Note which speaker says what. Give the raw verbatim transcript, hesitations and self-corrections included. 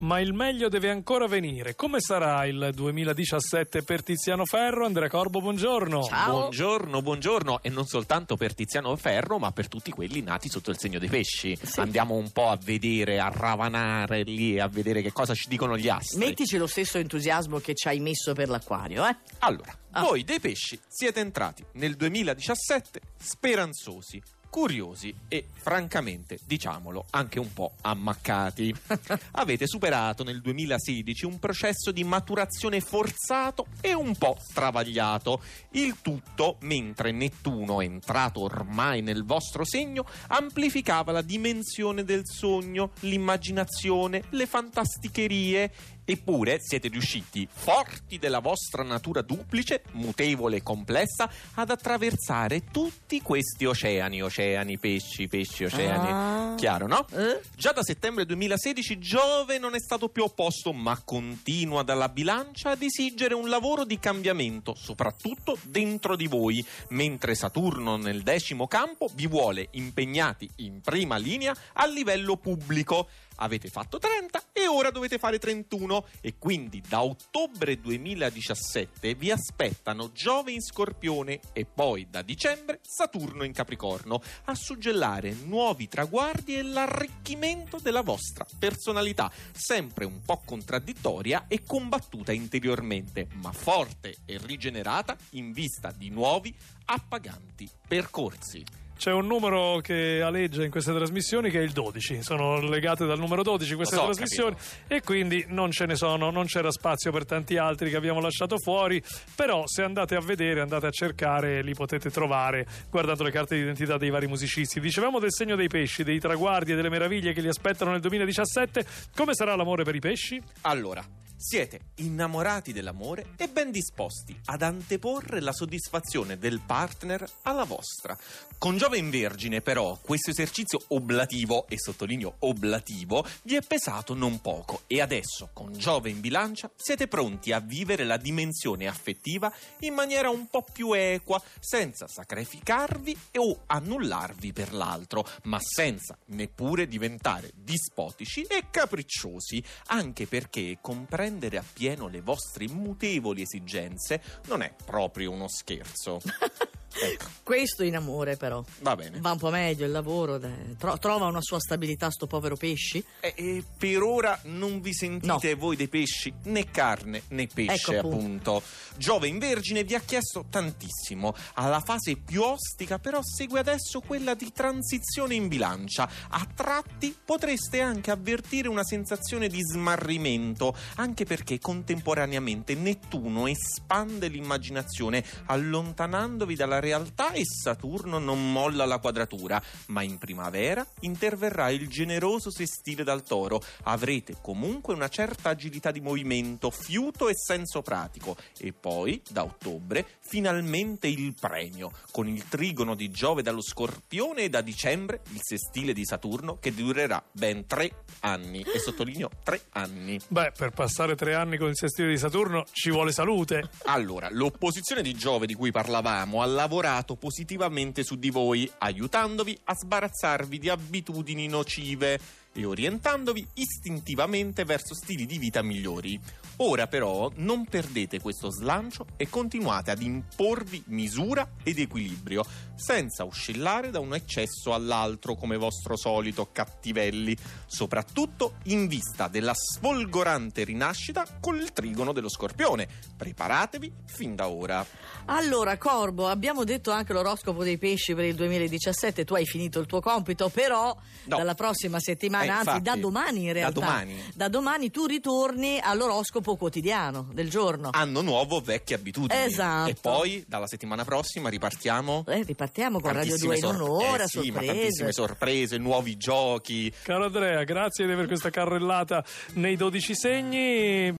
Speaker 1: Ma il meglio deve ancora venire. Come sarà il duemiladiciassette per Tiziano Ferro? Andrea Corbo, buongiorno.
Speaker 2: Ciao.
Speaker 3: Buongiorno, buongiorno. E non soltanto per Tiziano Ferro, ma per tutti quelli nati sotto il segno dei pesci.
Speaker 2: Sì.
Speaker 3: Andiamo un po' a vedere, a ravanare lì, a vedere che cosa ci dicono gli astri.
Speaker 2: Mettici lo stesso entusiasmo che ci hai messo per l'acquario, eh?
Speaker 3: Allora,
Speaker 2: Ah.
Speaker 3: voi dei pesci siete entrati nel duemiladiciassette speranzosi, curiosi e, francamente, diciamolo, anche un po' ammaccati. Avete superato nel duemilasedici un processo di maturazione forzato e un po' travagliato. Il tutto mentre Nettuno, entrato ormai nel vostro segno, amplificava la dimensione del sogno, l'immaginazione, le fantasticherie. Eppure siete riusciti, forti della vostra natura duplice, mutevole e complessa, ad attraversare tutti questi oceani, oceani, pesci, pesci, oceani.
Speaker 2: Ah.
Speaker 3: Chiaro, no?
Speaker 2: Eh?
Speaker 3: Già da settembre duemilasedici Giove non è stato più opposto, ma continua dalla bilancia ad esigere un lavoro di cambiamento, soprattutto dentro di voi, mentre Saturno nel decimo campo vi vuole impegnati in prima linea a livello pubblico. Avete fatto trenta e ora dovete fare trentuno, e quindi da ottobre duemiladiciassette vi aspettano Giove in Scorpione e poi da dicembre Saturno in Capricorno a suggellare nuovi traguardi e l'arricchimento della vostra personalità, sempre un po' contraddittoria e combattuta interiormente, ma forte e rigenerata in vista di nuovi appaganti percorsi.
Speaker 1: C'è un numero che aleggia in queste trasmissioni che è il dodici, sono legate dal numero dodici queste
Speaker 3: Lo so,
Speaker 1: trasmissioni,
Speaker 3: capito.
Speaker 1: e quindi non ce ne sono, non c'era spazio per tanti altri che abbiamo lasciato fuori, però se andate a vedere, andate a cercare, li potete trovare guardando le carte d'identità dei vari musicisti. Dicevamo del segno dei pesci, dei traguardi e delle meraviglie che li aspettano nel duemiladiciassette. Come sarà l'amore per i pesci?
Speaker 3: Allora, siete innamorati dell'amore e ben disposti ad anteporre la soddisfazione del partner alla vostra. Con Giove in Vergine, però, questo esercizio oblativo, e sottolineo oblativo, vi è pesato non poco, e adesso, con Giove in Bilancia, siete pronti a vivere la dimensione affettiva in maniera un po' più equa, senza sacrificarvi o annullarvi per l'altro, ma senza neppure diventare dispotici e capricciosi, anche perché comprendere appieno le vostre mutevoli esigenze non è proprio uno scherzo. Ecco,
Speaker 2: Questo in amore, però.
Speaker 3: va bene.
Speaker 2: Va un po' meglio il lavoro, dai. Tro- trova una sua stabilità sto povero pesci.
Speaker 3: E, e per ora non vi sentite
Speaker 2: No.
Speaker 3: voi dei pesci né carne né pesce,
Speaker 2: Ecco,
Speaker 3: appunto. Giove in Vergine vi ha chiesto tantissimo. Alla fase più ostica però segue adesso quella di transizione in Bilancia. A tratti potreste anche avvertire una sensazione di smarrimento, anche perché contemporaneamente Nettuno espande l'immaginazione allontanandovi dalla realtà e Saturno non molla la quadratura, ma in primavera interverrà il generoso sestile dal Toro. Avrete comunque una certa agilità di movimento, fiuto e senso pratico, e poi da ottobre finalmente il premio, con il trigono di Giove dallo Scorpione, e da dicembre il sestile di Saturno che durerà ben tre anni, e sottolineo tre anni.
Speaker 1: Beh, per passare tre anni con il sestile di Saturno ci vuole salute.
Speaker 3: Allora, l'opposizione di Giove di cui parlavamo ha lavorato positivamente su di voi, aiutandovi a sbarazzarvi di abitudini nocive e orientandovi istintivamente verso stili di vita migliori. Ora però non perdete questo slancio e continuate ad imporvi misura ed equilibrio, senza oscillare da un eccesso all'altro come vostro solito cattivelli, soprattutto in vista della sfolgorante rinascita con il trigono dello Scorpione. Preparatevi fin da ora.
Speaker 2: Allora, Corbo, abbiamo detto anche l'oroscopo dei pesci per il duemiladiciassette. Tu hai finito il tuo compito, però
Speaker 3: No.
Speaker 2: dalla prossima settimana,
Speaker 3: Eh,
Speaker 2: anzi
Speaker 3: infatti,
Speaker 2: da domani in realtà,
Speaker 3: da domani.
Speaker 2: da domani tu ritorni all'oroscopo quotidiano del giorno.
Speaker 3: Anno nuovo, vecchie abitudini.
Speaker 2: Esatto.
Speaker 3: E poi dalla settimana prossima ripartiamo.
Speaker 2: Eh, ripartiamo con Radio
Speaker 3: Tantissime
Speaker 2: due in
Speaker 3: sor-
Speaker 2: un'ora,
Speaker 3: eh sì, ma
Speaker 2: sorprese.
Speaker 3: tantissime sorprese, nuovi giochi.
Speaker 1: Caro Andrea, grazie di aver questa carrellata nei dodici segni.